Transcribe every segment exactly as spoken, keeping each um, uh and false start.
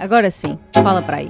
Agora sim, fala para aí.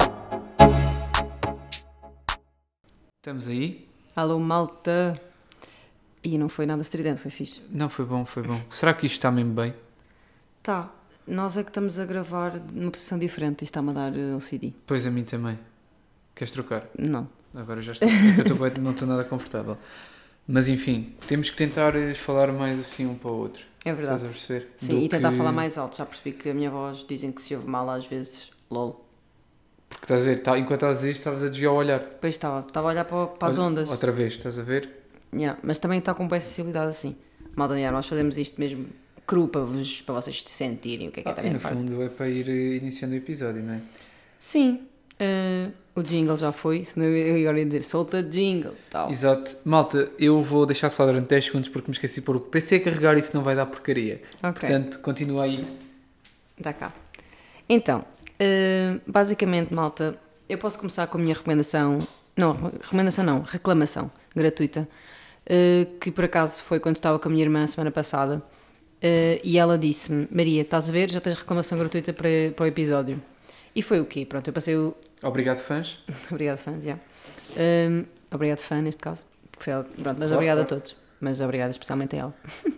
Estamos aí? Alô, malta. E não foi nada estridente, foi fixe. Não, foi bom, foi bom. Será que isto está mesmo bem? Tá, nós é que estamos a gravar numa posição diferente. Isto está-me a dar uh, O C D. Pois a mim também. Queres trocar? Não. Agora já estou, porque eu estou bem- não estou nada confortável. Mas enfim, temos que tentar eh, falar mais assim um para o outro. É verdade. Estás a perceber? Sim, Do e tentar que- falar mais alto. Já percebi que a minha voz dizem que se ouve mal às vezes. Lol. Porque estás a ver, tá, enquanto estás a dizer isto, estavas a desviar o olhar. Depois estava. Estava a olhar para, para as Olha, ondas. Outra vez, estás a ver? Yeah, mas também está com boa sensibilidade assim. Malta, yeah, nós fazemos isto mesmo cru para, vos, para vocês sentirem o que é que é Ah, e também no a parte. fundo é para ir eh, iniciando o episódio, não é? Sim. uh, o jingle já foi. Senão eu agora ia dizer solta jingle. Tal. Exato. Malta, eu vou deixar só durante dez segundos porque me esqueci de pôr o P C a carregar e isso não vai dar porcaria. Ok. Portanto, continua aí. Dá cá. Então, uh, basicamente, malta, eu posso começar com a minha recomendação. Não, recomendação não, reclamação gratuita. Uh, que por acaso foi quando estava com a minha irmã a semana passada. Uh, e ela disse-me: Maria, estás a ver? Já tens reclamação gratuita para, para o episódio. E foi o quê? Pronto, eu passei o. Obrigado, fãs. Obrigado, fãs, já. Um, obrigado, fã, neste caso. Que foi ela. Pronto, mas Claro, obrigado claro. a todos. Mas obrigado especialmente a ela.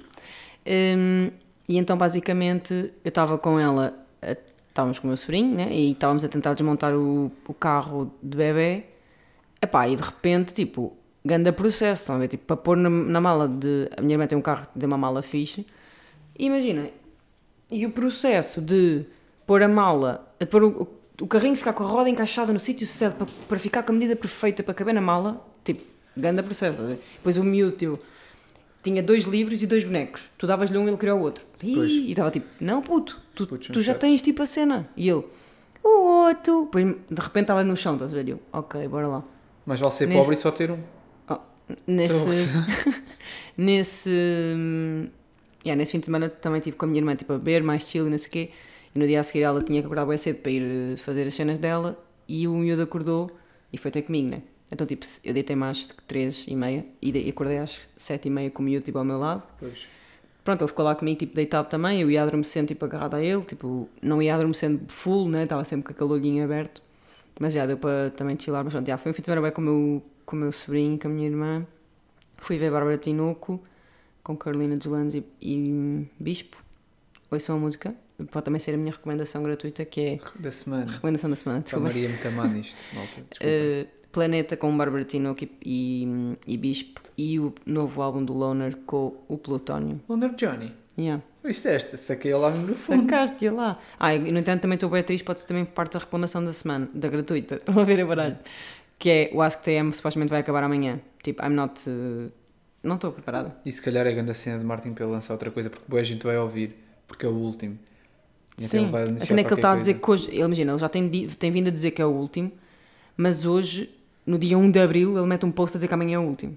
Um, e então, basicamente, eu estava com ela, a- estávamos com o meu sobrinho, né? E estávamos a tentar desmontar o, o carro de bebê. Epá, e de repente, tipo, ganda processo, estão a ver? Tipo, para pôr na, na mala de... A minha irmã tem um carro que tem uma mala fixe. E imagina, e o processo de pôr a mala, de pôr o, o carrinho ficar com a roda encaixada no sítio certo para, para ficar com a medida perfeita para caber na mala, tipo, ganda processo. Estás a ver? Depois o miúdo, tipo, tinha dois livros e dois bonecos. Tu davas-lhe um e ele queria o outro. Pois. E estava tipo, não puto, tu, Putos são tu já chatos. tens tipo a cena. E ele, o outro. Depois de repente estava no chão, estás a ver? E eu, ok, bora lá. Mas vale ser Nesse- pobre e só ter um. Oh, nesse, Então, nesse, hum, yeah, nesse fim de semana também estive com a minha irmã tipo, a beber, mais chill e não sei o quê. E no dia a seguir ela tinha que acordar bem cedo para ir eh, fazer as cenas dela. E o miúdo acordou e foi ter comigo, né? Então tipo, eu deitei-me às três e meia e de- e acordei às sete e meia com o miúdo tipo, ao meu lado. Pois. Pronto, ele ficou lá comigo tipo, deitado também. Eu ia adormecendo tipo, agarrado a ele. Tipo, não ia adormecendo full, né? Estava sempre com aquele olhinho aberto. Mas já deu para também chilar. Mas pronto, já, foi um fim de semana bem com o meu, com o meu sobrinho, com a minha irmã. Fui ver Bárbara Tinoco com Carolina Deslandes e, e Bispo. Ouçam a música. Pode também ser a minha recomendação gratuita, que é Da semana. recomendação da semana. A Desculpa. Maria me tamar nisto, malta. Desculpa. Uh, Planeta com Bárbara Tinoco e, e, e Bispo. E o novo álbum do Loner com o Plutónio. Loner Johnny. Yeah. Viste esta? Saquei lá no fundo. Sacaste-a lá. Ah, e no entanto também estou bem triste, pode ser também parte da reclamação da semana, da gratuita. Estão a ver a baralho. Que é o Ask T M supostamente vai acabar amanhã. Tipo, I'm not... uh, não estou preparada. E se calhar é a grande cena de Martin para ele lançar outra coisa, porque boa gente vai ouvir, porque é o último. E então Sim, ele vai a anunciar cena é que ele está a qualquer dizer coisa. que hoje... Ele, imagina, ele já tem, di- tem vindo a dizer que é o último, mas hoje, no dia um de Abril, ele mete um post a dizer que amanhã é o último.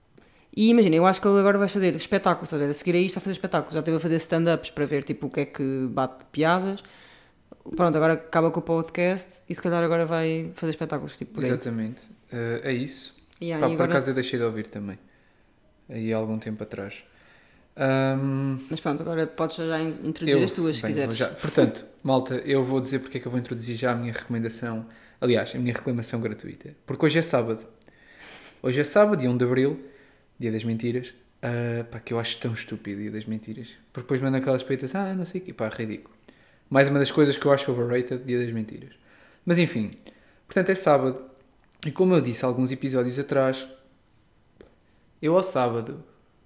E imagina, eu acho que ele agora vai fazer espetáculos, a, ver, a seguir a isto vai fazer espetáculos. Já esteve a fazer stand-ups para ver tipo, o que é que bate de piadas. Pronto, agora acaba com o podcast e se calhar agora vai fazer espetáculos. Tipo, por aí. Exatamente. Uh, é isso. Yeah, Pá, e por agora- acaso eu deixei de ouvir também. Aí há algum tempo atrás. Ahm, Mas pronto, agora podes já in- introduzir eu- as tuas, se bem, vou quiseres. já- Portanto, malta, eu vou dizer porque é que eu vou introduzir já a minha recomendação. Aliás, a minha reclamação gratuita. Porque hoje é sábado. Hoje é sábado, dia um de Abril, dia das mentiras. Ah, pá, que eu acho tão estúpido, dia das mentiras. Porque depois manda aquelas peitas, ah, não sei o quê, pá, ridículo. Mais uma das coisas que eu acho overrated, dia das mentiras. Mas enfim, portanto é sábado. E como eu disse alguns episódios atrás, eu ao sábado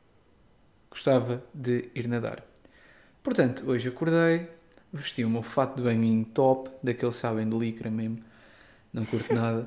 gostava de ir nadar. Portanto, hoje acordei, vesti o meu fato de banhinho top, daqueles sabem de licra mesmo, não curto nada,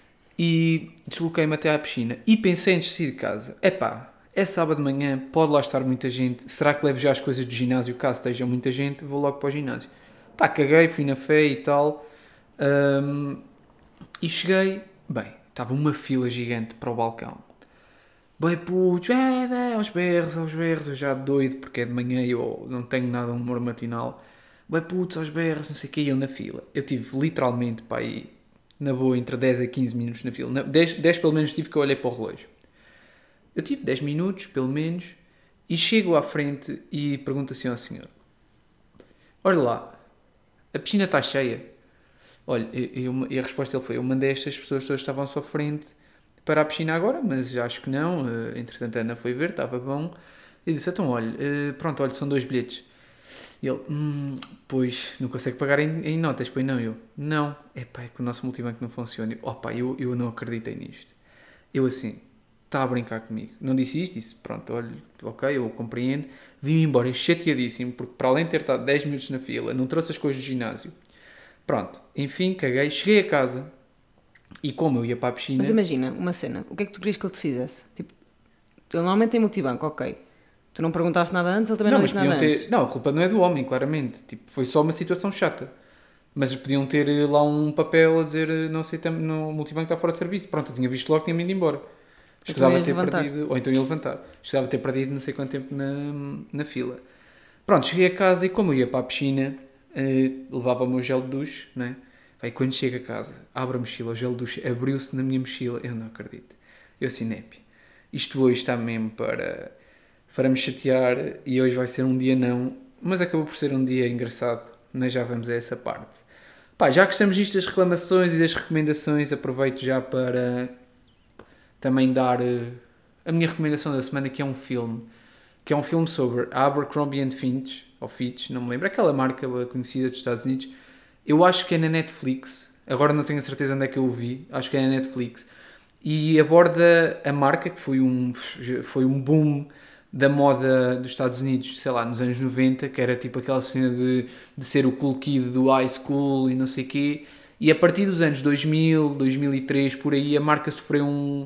e desloquei-me até à piscina e pensei antes de sair de casa, epá, é sábado de manhã, pode lá estar muita gente, será que levo já as coisas do ginásio caso esteja muita gente, vou logo para o ginásio. Pá, caguei, fui na fé e tal, hum, e cheguei, bem, estava uma fila gigante para o balcão. Bem putos, é, é, aos berros, aos berros, eu já doido porque é de manhã e eu não tenho nada um humor matinal. Bem putos, aos berros, não sei o que, eu na fila. Eu tive literalmente, pá, aí, na boa, entre dez a quinze minutos na fila. Na- dez, dez pelo menos tive que eu olhei para o relógio. Eu tive dez minutos, pelo menos, e chego à frente e pergunto assim ao senhor: olha lá, a piscina está cheia? olha, eu, eu- e a resposta dele foi, eu mandei estas pessoas todas que estavam à sua frente para a piscina agora, mas acho que não, eh, entretanto a Ana foi ver, estava bom, e disse, então olha, eh, pronto, olha, são dois bilhetes. E ele, hum, pois, não consegue pagar em, em notas, pois não, eu, não, epá, é que o nosso multibanco não funciona. Eu, Opa, eu, eu não acreditei nisto. Eu assim, está a brincar comigo. Não disse isto, disse, pronto, olha, ok, eu compreendo. Vim-me embora chateadíssimo, porque para além de ter estado dez minutos na fila, não trouxe as coisas do ginásio. Pronto, enfim, caguei, cheguei a casa, e como eu ia para a piscina... Mas imagina, uma cena, o que é que tu querias que ele te fizesse? Tipo, ele normalmente tem multibanco, ok. Tu não perguntaste nada antes, ele também não, Não, mas disse nada podiam ter... antes. Não, a culpa não é do homem, claramente. Tipo, foi só uma situação chata. Mas podiam ter eh, lá um papel a dizer eh, não aceitamos, no multibanco está fora de serviço. Pronto, eu tinha visto logo que tinha-me ido embora. Então Escusava de ias ter levantar. perdido, ou então ia levantar. Escusava de ter perdido não sei quanto tempo na, na fila. Pronto, cheguei a casa e como eu ia para a piscina, eh, levava o meu gel de duche, né? Vai, quando chego a casa, abro a mochila, o gel de duche abriu-se na minha mochila. Eu não acredito. Eu assim, népia, isto hoje está mesmo para, para me chatear e hoje vai ser um dia não, mas acabou por ser um dia engraçado, mas já vamos a essa parte. Pá, já que estamos nisto das reclamações e das recomendações, aproveito já para também dar eh, a minha recomendação da semana, que é um filme, que é um filme sobre a Abercrombie and Fitch, ou Fitch, não me lembro, aquela marca conhecida dos Estados Unidos. Eu acho que é na Netflix, agora não tenho a certeza onde é que eu o vi, acho que é na Netflix, e aborda a marca, que foi um, foi um boom da moda dos Estados Unidos, sei lá, nos anos noventa, que era tipo aquela cena de, de ser o cool kid do high school e não sei o quê, e a partir dos anos dois mil, dois mil e três, por aí, a marca sofreu um...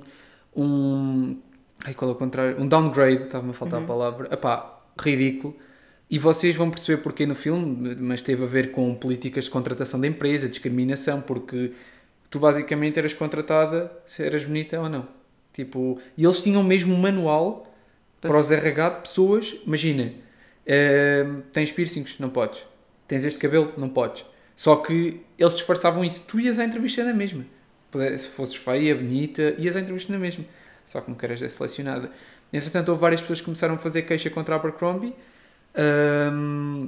um ai, qual é o contrário? Um downgrade, estava-me a faltar Uhum. a palavra. Epá, ridículo. E vocês vão perceber porquê no filme, mas teve a ver com políticas de contratação da empresa, discriminação, porque tu basicamente eras contratada se eras bonita ou não. Tipo, e eles tinham mesmo um manual para os R H de pessoas. Imagina, uh, tens piercings? Não podes. Tens este cabelo? Não podes. Só que eles disfarçavam isso. Tu ias à entrevista na mesma. Se fosses feia, bonita, ias à entrevista na mesma. Só que nunca eras selecionada. Entretanto, houve várias pessoas que começaram a fazer queixa contra a Abercrombie. Um,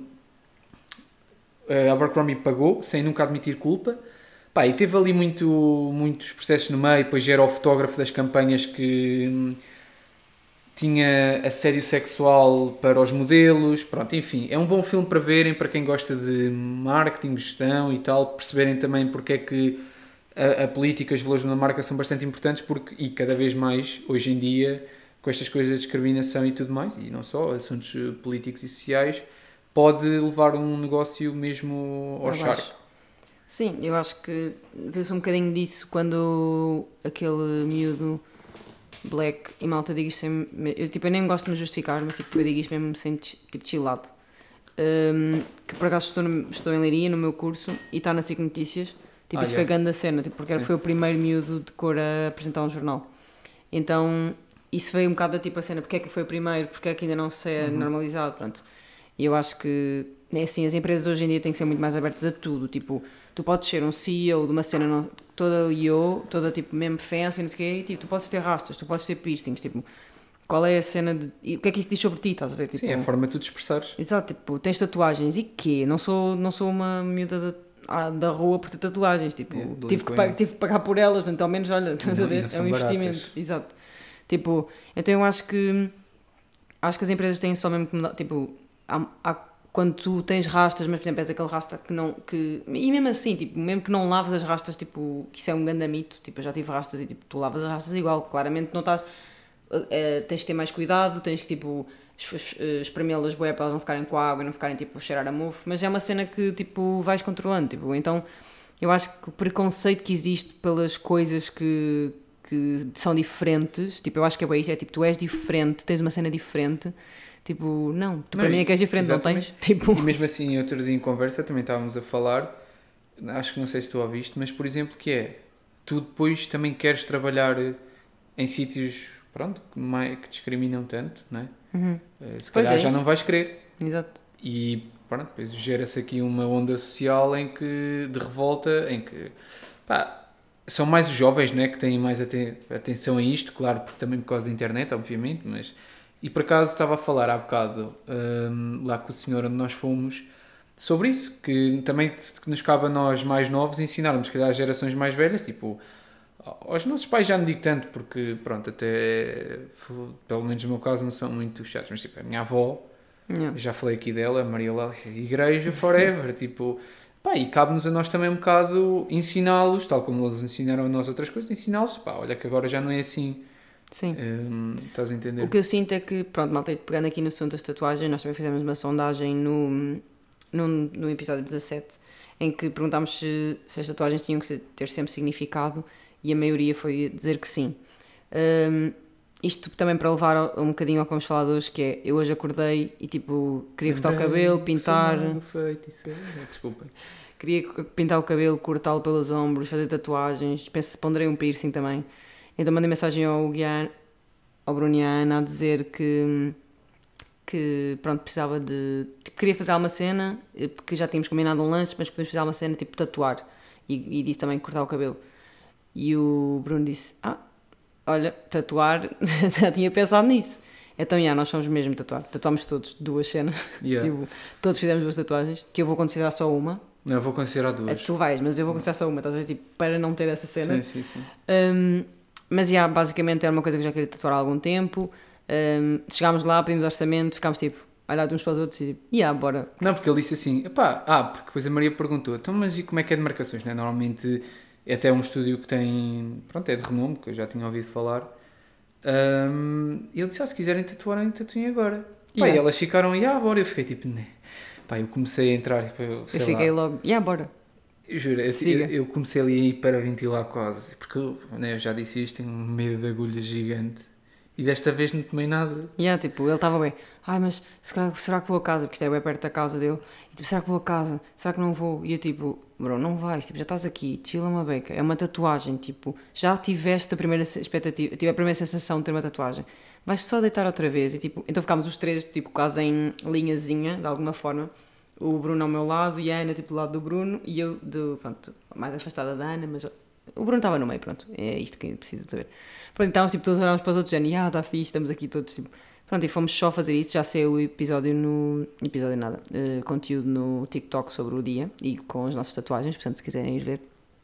a Abercrombie pagou, sem nunca admitir culpa. Pá, e teve ali muito, muitos processos no meio. Depois era o fotógrafo das campanhas que hum, tinha assédio sexual para os modelos. Pronto, enfim, é um bom filme para verem, para quem gosta de marketing, gestão e tal, perceberem também porque é que a, a política, os valores de uma marca são bastante importantes, porque, e cada vez mais, hoje em dia, com estas coisas de discriminação e tudo mais, e não só, assuntos políticos e sociais, pode levar um negócio mesmo ao charco. Sim, eu acho que viu-se um bocadinho disso quando aquele miúdo black, e malta, digo isto sem... Eu, tipo, eu nem gosto de me justificar, mas tipo, eu digo isto mesmo sem, tipo, chillado. Um, que por acaso estou, no, estou em Leiria, no meu curso, e está na SIC Notícias. Tipo, Ah, isso yeah. foi grande a cena, tipo, porque Sim. foi o primeiro miúdo de cor a apresentar um jornal. Então, isso veio um bocado da tipo a cena, porque é que foi o primeiro, porque é que ainda não se é uhum. normalizado, pronto. E eu acho que, é assim, as empresas hoje em dia têm que ser muito mais abertas a tudo, tipo, tu podes ser um C E O de uma cena não, toda I O, toda tipo mesmo fancy, não sei o quê, e tipo, tu podes ter rastas, tu podes ter piercings, tipo, qual é a cena de... E o que é que isso diz sobre ti, estás a ver? Tipo, sim, é a forma de tu te expressares. Exato, tipo, tens tatuagens, e quê? Não sou, não sou uma miúda da, ah, da rua por ter tatuagens, tipo, É, tive, que pagar, tive que pagar por elas, portanto, ao menos, olha, estás a ver? É um investimento, baratas. Exato. Tipo, então eu acho que, acho que as empresas têm só mesmo que mudar, tipo, há, há, quando tu tens rastas, mas por exemplo és aquele rasta que não, que, e mesmo assim, tipo, mesmo que não laves as rastas, tipo, que isso é um grande mito, tipo, eu já tive rastas e tipo, tu lavas as rastas igual, claramente não estás, é, tens de ter mais cuidado, tens que tipo, espremê-las bué para elas não ficarem com a água e não ficarem tipo, cheirar a mofo, mas é uma cena que tipo, vais controlando, tipo, então eu acho que o preconceito que existe pelas coisas que, que são diferentes, tipo, eu acho que é bem isso, é tipo, tu és diferente, tens uma cena diferente. Tipo, não, tu para mim é que és diferente, exatamente. Não tens? Tipo... E mesmo assim, outro dia em conversa também estávamos a falar, acho que não sei se tu ouviste, mas por exemplo, que é, tu depois também queres trabalhar em sítios, pronto, que, mais, que discriminam tanto, não é? Uhum. Se calhar é já não vais querer. Exato. E pronto, depois gera-se aqui uma onda social em que, de revolta, em que, pá, são mais os jovens, não é, que têm mais aten- atenção a isto, claro, porque também por causa da internet, obviamente, mas... E por acaso estava a falar há bocado, um, lá com o senhor onde nós fomos, sobre isso, que também que nos cabe a nós mais novos ensinarmos, se calhar, às gerações mais velhas, tipo, aos nossos pais já não digo tanto, porque, pronto, até, pelo menos no meu caso, não são muito chatos, mas, tipo, a minha avó, Yeah. já falei aqui dela, a Maria Lélia, igreja forever, tipo, pá, e cabe-nos a nós também um bocado ensiná-los, tal como eles ensinaram a nós outras coisas, ensiná-los, pá, olha que agora já não é assim. Sim. Hum, estás a entender? O que eu sinto é que, pronto, malta, pegando aqui no assunto das tatuagens, nós também fizemos uma sondagem no, no, no episódio dezassete, em que perguntámos se, se as tatuagens tinham que ter sempre significado, e a maioria foi dizer que sim. Um, isto também para levar um bocadinho ao que vamos falar de hoje, que é, eu hoje acordei e tipo, queria cortar o cabelo, pintar... Desculpem. Queria pintar o cabelo, cortá-lo pelos ombros, fazer tatuagens, pense, ponderei um piercing também. Então mandei mensagem ao Guiar, ao Bruno e à Ana a dizer que, que pronto, precisava de... Tipo, queria fazer uma cena, porque já tínhamos combinado um lanche, mas podemos fazer uma cena tipo tatuar. E, e disse também cortar o cabelo. E o Bruno disse, ah, olha, tatuar, já tinha pensado nisso. Então, já, nós somos mesmo tatuar. Tatuámos todos, duas cenas. Yeah. Tipo, todos fizemos duas tatuagens, que eu vou considerar só uma. Não, eu vou considerar duas. É, tu vais, mas eu vou considerar só uma, estás a ver? Tipo, para não ter essa cena. Sim, sim, sim. Um, mas, já, basicamente era uma coisa que eu já queria tatuar há algum tempo. Um, chegámos lá, pedimos orçamento, ficámos tipo, olhar uns para os outros e tipo, já, bora. Não, porque ele disse assim, epá, ah, porque depois a Maria perguntou, então, mas e como é que é de marcações, né? Normalmente é até um estúdio que tem, pronto, é de renome, que eu já tinha ouvido falar. Um, e ele disse, ah, se quiserem tatuarem, tatuem agora. Pá, Yeah. e elas ficaram, e ah, bora. Eu fiquei tipo, né. Pá, eu comecei a entrar, tipo, eu, sei Eu fiquei lá, logo, já, bora. eu juro, eu, Siga. eu comecei ali a hiperventilar quase, porque né, eu já disse isto, tenho um medo de agulha gigante. E desta vez não tomei nada. Yeah, tipo, ele estava bem, ai, mas será, será que vou a casa? Porque isto é bem perto da casa dele. E tipo, será que vou a casa? Será que não vou? E eu tipo, bro, não vais, tipo, já estás aqui, chila uma beca, é uma tatuagem, tipo, já tiveste a primeira expectativa, tive a primeira sensação de ter uma tatuagem. Vais só deitar outra vez e tipo, então ficámos os três, tipo, quase em linhazinha, de alguma forma. O Bruno ao meu lado e a Ana, tipo, do lado do Bruno e eu, do, pronto, mais afastada da Ana, mas o Bruno estava no meio, pronto, é isto que precisa de saber. Pronto, estávamos tipo, todos olhamos para os outros, já, ah, está fixe, estamos aqui todos, tipo, pronto, e fomos só fazer isso, já saiu o episódio no, episódio nada, uh, conteúdo no TikTok sobre o dia e com as nossas tatuagens, portanto, se quiserem ir ver.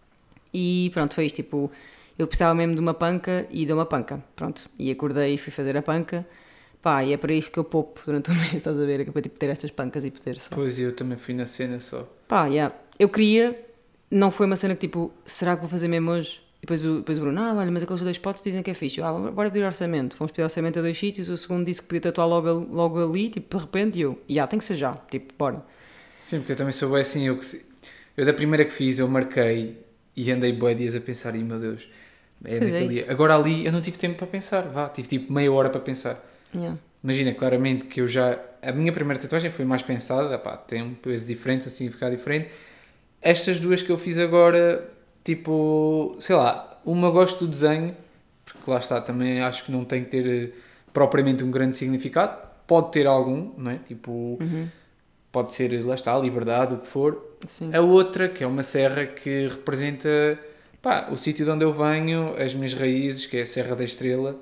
E pronto, foi isto, tipo, eu precisava mesmo de uma panca e deu uma panca, pronto, e acordei e fui fazer a panca, pá, e é para isto que eu poupo durante o mês, estás a ver, é para tipo, ter estas pancas e poder só. Pois, eu também fui na cena só. Pá, yeah. Eu queria, não foi uma cena que tipo, será que vou fazer mesmo hoje? E depois o, depois o Bruno, ah, olha, mas aqueles dois potes dizem que é fixe. Ah, bora pedir orçamento. Fomos pedir orçamento a dois sítios, o segundo disse que podia tatuar logo, logo ali, tipo, de repente, e eu, e yeah, tem que ser já, tipo, bora. Sim, porque eu também sou bem assim, eu, que, eu da primeira que fiz, eu marquei e andei bué dias a pensar, e meu Deus, é Pois é naquele dia. isso. Agora ali eu não tive tempo para pensar, vá, tive tipo meia hora para pensar. Yeah. Imagina, claramente que eu já, a minha primeira tatuagem foi mais pensada, pá, tem um peso diferente, um significado diferente. Estas duas que eu fiz agora, tipo, sei lá, uma gosto do desenho, porque lá está, também acho que não tem que ter eh, propriamente um grande significado, pode ter algum, não é? Tipo, Uhum. pode ser, lá está, liberdade, o que for. Sim. A outra, que é uma serra que representa, pá, o sítio de onde eu venho, as minhas raízes, que é a Serra da Estrela,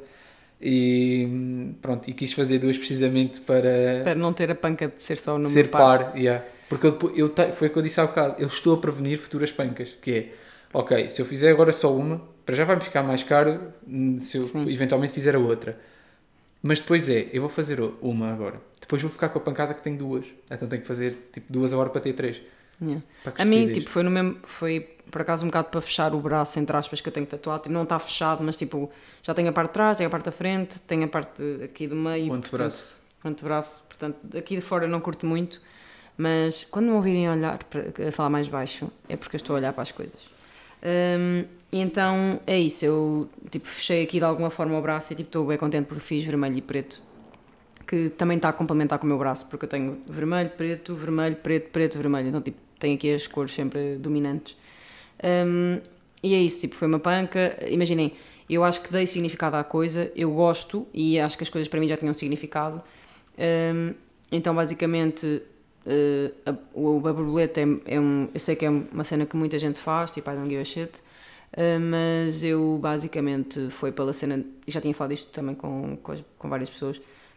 e pronto, e quis fazer duas precisamente para, Para não ter a panca de ser só o número ser par. par, yeah. Porque eu, depois- eu, te- foi o que eu disse há bocado, eu estou a prevenir futuras pancas, que é, ok, se eu fizer agora só uma, para já vai-me ficar mais caro hum, se eu Sim. eventualmente fizer a outra. Mas depois é, eu vou fazer o- uma agora, depois vou ficar com a pancada que tenho duas, então tenho que fazer tipo duas agora para ter três. Yeah. Pá, que A mim, estupidez. tipo, foi no mesmo, foi por acaso um bocado para fechar o braço, entre aspas, que eu tenho tatuado, tipo, não está fechado, mas tipo, já tenho a parte de trás, tenho a parte da frente, tenho a parte aqui do meio. O antebraço. Portanto, o antebraço, portanto, aqui de fora eu não curto muito, mas quando me ouvirem a olhar, para- a falar mais baixo, é porque eu estou a olhar para as coisas. Hum, e então, é isso, eu, tipo, fechei aqui de alguma forma o braço e, tipo, estou bem contente porque fiz vermelho e preto, que também está a complementar com o meu braço, porque eu tenho vermelho, preto, vermelho, preto, preto, vermelho, então, tipo, tenho aqui as cores sempre dominantes. Um, e é isso, tipo, foi uma panca. Imaginem, eu acho que dei significado à coisa, eu gosto e acho que as coisas para mim já tinham significado. Um, então, basicamente, uh, a, o- a borboleta é, é um. Eu sei que é uma cena que muita gente faz, tipo, I don't give a shit. Uh, mas eu basicamente foi pela cena, e já tinha falado isto também com, com, as- com várias pessoas,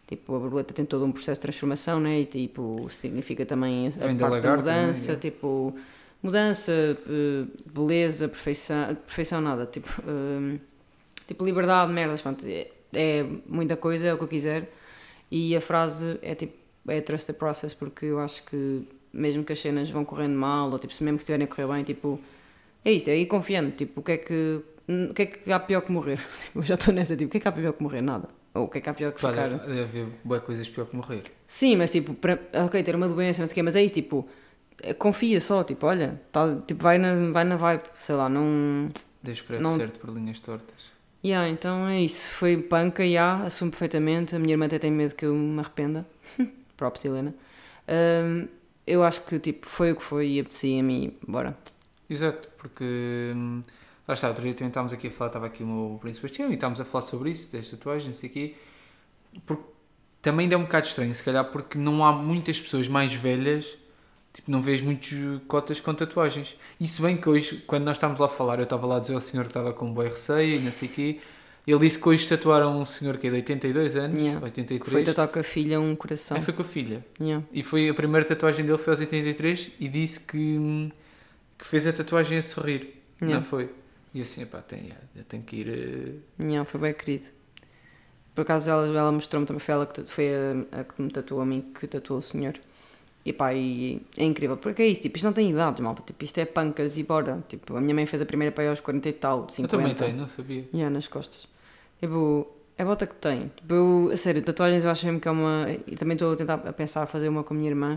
Tipo, a borboleta tem todo um processo de transformação, né? E tipo, significa também a Vem da parte da lagarta, mudança, não é? tipo, mudança, eh, beleza, perfeição, perfeição nada, tipo, eh, tipo liberdade, merdas, pronto, é, é muita coisa, é o que eu quiser. E a frase é tipo, é trust the process, porque eu acho que mesmo que as cenas vão correndo mal, ou tipo, se mesmo que estiverem a correr bem, tipo, é isso, é ir confiando, tipo, o que é que, o que é que há pior que morrer? Tipo, eu já estou nessa, tipo, o que é que há pior que morrer? Nada. Ou o que é que há pior que Pá, ficar... deve, deve haver boas coisas pior que morrer. Sim, mas tipo, para, ok, ter uma doença, não sei o quê, mas é isso, tipo, confia só, tipo, olha, tá, tipo, vai na, vai na vibe, sei lá, não... Deus escreve Não- certo por linhas tortas. Yeah, então é isso, foi panca, yeah, assumo perfeitamente, a minha irmã até tem medo que eu me arrependa, própria Helena. Ahm, eu acho que, tipo, foi o que foi e apetecia-me e bora. Exato, porque hum, lá está, outro dia também estávamos aqui a falar, estava aqui o meu príncipe Sebastião e estávamos a falar sobre isso, das tatuagens, não sei o quê, porque também ainda é um bocado estranho, se calhar porque não há muitas pessoas mais velhas, tipo, não vês muitos cotas com tatuagens. E se bem que hoje, quando nós estávamos lá a falar, eu estava lá a dizer ao senhor que estava com um boi receio e não sei o quê, ele disse que hoje tatuaram um senhor que é de oitenta e dois anos, Yeah. oitenta e Que foi três, tatuar com a filha um coração. aí foi com a filha. Yeah. E foi a primeira tatuagem dele, foi aos oitenta e três e disse que, hum, que fez a tatuagem a sorrir, Yeah. não foi? E assim, pá, tem, eu tenho que ir... eh, Yeah, foi bem querido. Por acaso ela, ela mostrou-me também, foi ela que foi a, a que me tatuou a mim, que tatuou o senhor. E pá, e é incrível, porque é isso, tipo, isto não tem idades, malta, tipo, isto é pancas e bora. Tipo, a minha mãe fez a primeira para aí aos quarenta e tal, Eu cinquenta. também tenho, não sabia. Yeah, nas costas. Tipo, é bota que tem. Tipo, eu, a sério, tatuagens eu acho mesmo que é uma... E também estou a tentar a pensar a fazer uma com a minha irmã.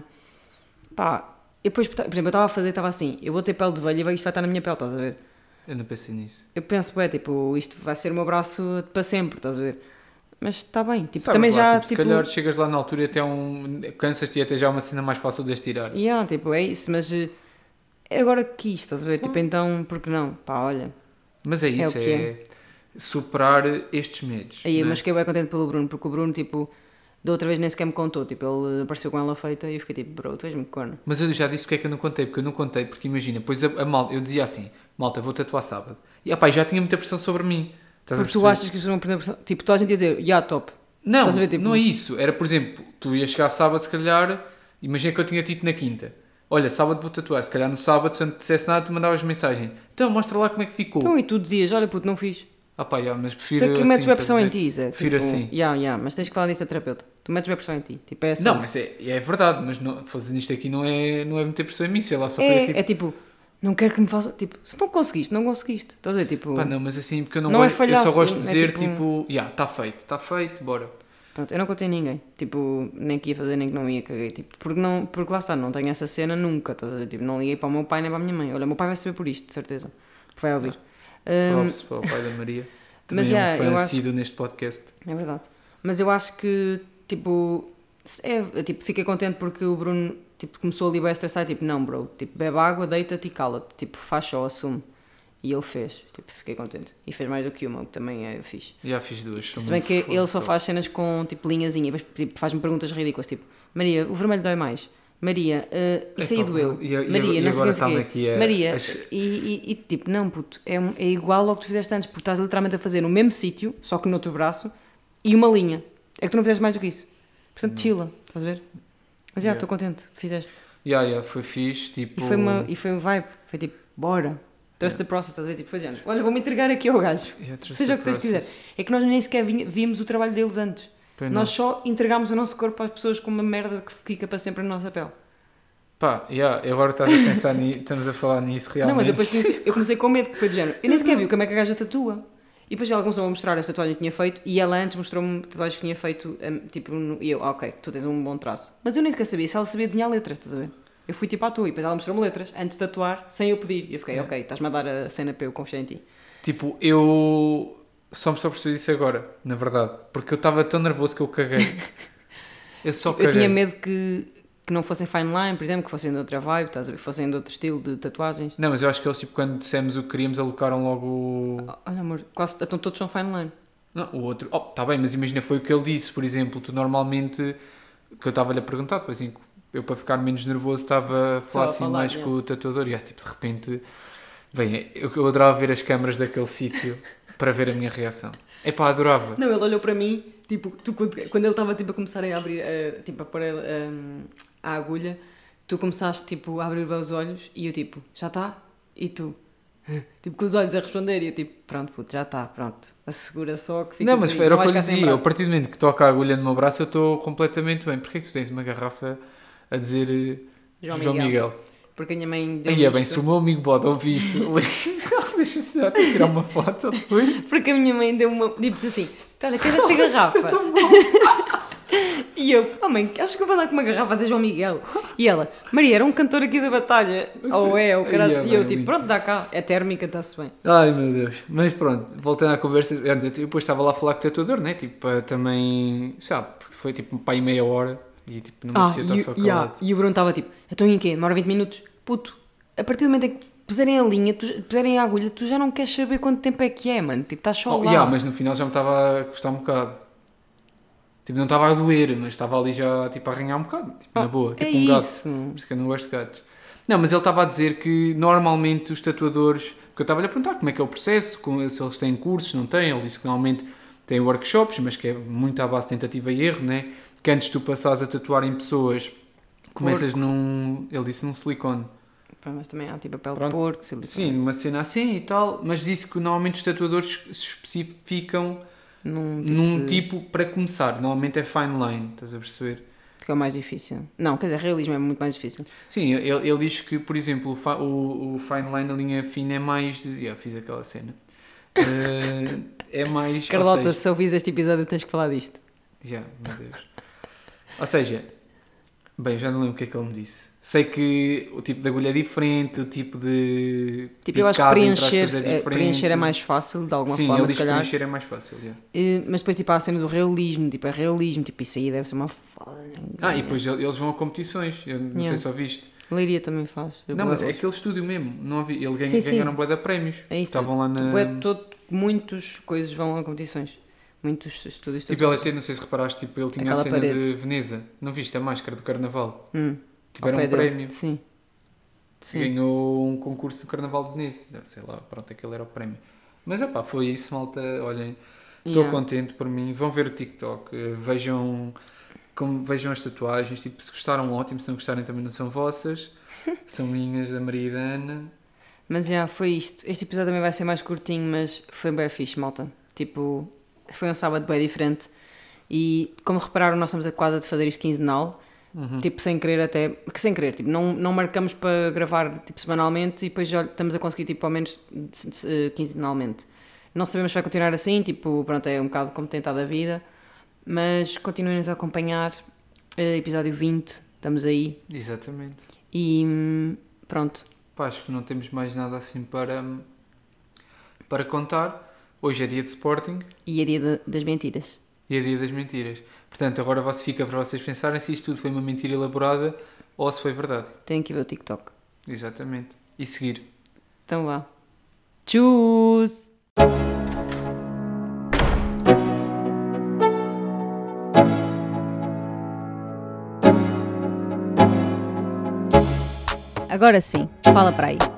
Pá, e depois, por exemplo, eu estava a fazer, estava assim, eu vou ter pele de velha e isto vai estar na minha pele, estás a ver? Eu não pensei nisso. Eu penso, é tipo, isto vai ser o meu braço para sempre, estás a ver? Mas está bem, tipo, Sabes também lá, já, tipo, tipo... se calhar chegas lá na altura e até um... cansas-te e até já é uma cena mais fácil de as tirar. Yeah, tipo, é isso, mas eh, é agora que quis, estás a ver? Tipo, então, por que não? Pá, olha. Mas é isso, o que é, superar estes medos. Aí, não é? mas fiquei bem contente pelo Bruno, porque o Bruno, tipo, da outra vez nem sequer me contou, tipo, ele apareceu com ela feita e eu fiquei tipo, bro, tu és muito corno. Mas eu já disse porque é que eu não contei, porque eu não contei, porque imagina, pois a, a malta, eu dizia assim, malta, vou tatuar sábado. E opá, já tinha muita pressão sobre mim. Estás Porque a tu perceber? achas que isso é uma pressão, tipo, toda a gente ia dizer, já, top. Não, Estás a ver, tipo- não é isso. Era, por exemplo, tu ias chegar sábado, se calhar, imagina que eu tinha dito na quinta. Olha, sábado vou tatuar. Se calhar no sábado, se eu não te dissesse nada, tu mandavas mensagem. Então, mostra lá como é que ficou. Então, e tu dizias, olha, puto, não fiz. Ah pá, já, mas Tu prefiro é que assim. metes bem estás a pressão em ver? ti, Zé. Prefiro tipo, assim. Ya, ya, mas tens que falar disso a terapeuta. Tu metes bem pressão em ti. Tipo, é só Não, isso. mas é, é verdade, mas não, fazendo isto aqui não é, não é meter pressão em mim, sei lá, só queria É, tipo... é tipo, não quero que me façam. Tipo, se não conseguiste, não conseguiste. Estás a ver? Tipo, Pá, não, mas assim, porque eu não, Não é gosto, eu só falhaço, gosto de é dizer, tipo- tipo, já, está feito, está feito, bora. pronto, eu não contei a ninguém. Tipo, nem que ia fazer, nem que não ia, caguei. Tipo, porque, não, porque lá está, não tenho essa cena nunca. Estás a ver? Tipo, não liguei para o meu pai nem para a minha mãe. Olha, o meu pai vai saber por isto, de certeza. Vai ouvir. Ahm, Props para o pai da Maria. Também mas, é já, um eu fã acho- assíduo neste podcast. É verdade. Mas eu acho que, tipo, é, tipo, fiquei contente porque o Bruno, tipo, começou ali bem a estressar, tipo, não, bro, tipo, bebe água, deita-te e cala-te, tipo, faz só, assume. E ele fez, tipo, fiquei contente. E fez mais do que uma, o que também é fixe. Já fiz duas. sou Se bem muito que fã, ele só top. faz cenas com, tipo, linhazinha, depois, tipo, faz-me perguntas ridículas, tipo, Maria, o vermelho dói mais. Maria, uh, isso aí Epá, doeu. e- e- Maria, e não sei agora o que, não sei está-me o quê. aqui a- Maria, as- e, e- e, tipo, não, puto, é, um- é igual ao que tu fizeste antes, porque estás literalmente a fazer no mesmo sítio, só que no teu braço, e uma linha. É que tu não fizeste mais do que isso. Portanto, chila, estás a ver? Mas já, Yeah. estou contente, fizeste. Já, já, foi fixe, tipo... E foi, uma, e foi um vibe, foi tipo, bora. Trust the process, estás a ver? Tipo, foi de género. Olha, vou-me entregar aqui ao gajo. Yeah, trust Seja the o que tens quiser. process. É que nós nem sequer vinha- víamos o trabalho deles antes. Pois Nós não. só entregámos o nosso corpo às pessoas com uma merda que fica para sempre na nossa pele. Pá, já, eu agora estás a pensar nisso, estamos a falar nisso realmente. Não, mas eu, depois comecei, eu comecei com medo, que foi de género. Eu nem sequer vi como é que a gaja tatua. E depois ela começou a mostrar as tatuagens que tinha feito e ela antes mostrou-me tatuagens que tinha feito, hum, tipo, no- e eu, ah, ok, tu tens um bom traço. Mas eu nem sequer sabia se ela sabia desenhar letras, estás a ver? Eu fui tipo à tua e depois ela mostrou-me letras antes de tatuar, sem eu pedir. E eu fiquei, É. ok, estás-me a dar a cena para eu confiar em ti. Tipo, eu só me estou a perceber isso agora, na verdade. Porque eu estava tão nervoso que eu caguei. Eu só caguei. Eu tinha medo que, que não fossem fine line, por exemplo, que fossem de outra vibe, estás a ver? Fossem de outro estilo de tatuagens. Não, mas eu acho que eles, tipo, quando dissemos o que queríamos, alocaram logo... Oh, olha amor, quase, então todos são fine line. Não, o outro... Oh, tá bem, mas imagina, foi o que ele disse, por exemplo. Tu normalmente... Que eu estava-lhe a perguntar, depois assim, eu para ficar menos nervoso estava a Só falar a assim falar, mais yeah. com o tatuador. E ah, tipo, de repente... Bem, eu, eu adorava ver as câmaras daquele sítio para ver a minha reação. Epá, adorava. Não, ele olhou para mim tipo, tu, quando, quando ele estava tipo, a começar a abrir, uh, tipo, a pôr a, um, a agulha, tu começaste tipo, a abrir bem os olhos e eu tipo, já está? E tu, tipo, com os olhos a responder e eu tipo, pronto, puto, já está, pronto. Assegura só que fica. Não, mas era o que eu dizia, a partir do momento que toca a agulha no meu braço eu estou completamente bem. Porquê é que tu tens uma garrafa a dizer João, João Miguel? Miguel? Porque a minha mãe deu. Aí é bem, se o meu amigo Bode ouviste, deixa-me já te tirar uma foto depois. Porque a minha mãe deu uma. Tipo assim, olha, queres esta garrafa? Isso é tão bom. E eu, oh mãe, acho que eu vou dar com uma garrafa de João Miguel. E ela, Maria, era um cantor aqui da Batalha. Ou é, ou caralho. E eu, tipo, pronto, dá cá, é térmica, está-se bem. Ai meu Deus. Mas pronto, voltando à conversa, eu depois estava lá a falar com o tatuador, né? Tipo, para também, sabe, porque foi tipo para aí meia hora. E tipo, não me ah, apetecia estar só calado. Yeah. E o Bruno estava tipo, então em quê? Demora vinte minutos? Puto, a partir do momento em que puserem a linha, tu, puserem a agulha, tu já não queres saber quanto tempo é que é, mano. Tipo, estás só oh, lá. Yeah, mas no final já me estava a custar um bocado. Tipo, não estava a doer, mas estava ali já tipo, a arranhar um bocado. Tipo, oh, na boa. Tipo é um gato. Isso. Por isso que eu não gosto de gatos. Não, mas ele estava a dizer que normalmente os tatuadores... Porque eu estava-lhe a perguntar como é que é o processo, como, se eles têm cursos, não têm. Ele disse que normalmente têm workshops, mas que é muito à base de tentativa e erro, né? Que antes de tu passares a tatuar em pessoas, começas porco. num... Ele disse num silicone. Mas também há tipo a pele de porco, silicone. Sim, uma cena assim e tal. Mas disse que normalmente os tatuadores se especificam num tipo, num de... tipo para começar. Normalmente é fine line, estás a perceber? Que é o mais difícil. Não, quer dizer, realismo é muito mais difícil. Sim, ele, ele diz que, por exemplo, o, fa, o, o fine line, a linha fina é mais... De, yeah, fiz aquela cena. Uh, é mais... Carlota, seja, se ouvis este episódio tens que falar disto. Já, meu Deus. Ou seja, bem, já não lembro o que é que ele me disse. Sei que o tipo de agulha é diferente, o tipo de... Tipo, eu acho que preencher é, preencher é mais fácil, de alguma Sim, forma, ele diz se calhar. Que preencher é mais fácil, yeah. E, mas depois, tipo, há a cena do realismo, tipo, é realismo, tipo, isso aí deve ser uma foda. Ah, e depois eles vão a competições, eu não yeah. sei se ouviste. Leiria também faz. Não, mas é aquele estúdio mesmo, não havia, ele ganha, sim, ganharam bué de prémios. É isso, estavam lá na... tipo, é todo, muitas coisas vão a competições. Muitos estúdios. Tipo, ele até, não sei se reparaste, tipo, ele tinha aquela a cena parede. De Veneza. Não viste a máscara do Carnaval? Hum, tipo, era um prémio. Sim. Sim. Ganhou um concurso do Carnaval de Veneza. Sei lá, pronto, aquele era o prémio. Mas, opá, foi isso, malta. Olhem, estou yeah. contente por mim. Vão ver o TikTok, vejam, como, vejam as tatuagens. Tipo, se gostaram, ótimo. Se não gostarem, também não são vossas. São minhas, da Maria e da Ana. Mas, já, yeah, foi isto. Este episódio também vai ser mais curtinho, mas foi bem fixe, malta. Tipo... Foi um sábado bem diferente e, como repararam, nós estamos quase a fazer isto quinzenal, uhum. tipo, sem querer até, que sem querer, tipo, não, não marcamos para gravar, tipo, semanalmente e depois já estamos a conseguir, tipo, ao menos quinzenalmente. Não sabemos se vai continuar assim, tipo, pronto, é um bocado como tem estado a vida, mas continuem-nos a acompanhar, episódio vinte, estamos aí. Exatamente. E pronto. Pá, acho que não temos mais nada assim para, para contar. Hoje é dia de Sporting. E é dia de, das mentiras. E é dia das mentiras. Portanto, agora fica para vocês pensarem se isto tudo foi uma mentira elaborada ou se foi verdade. Tem que ver o TikTok. Exatamente. E seguir. Então vá. Tchus! Agora sim, fala para aí.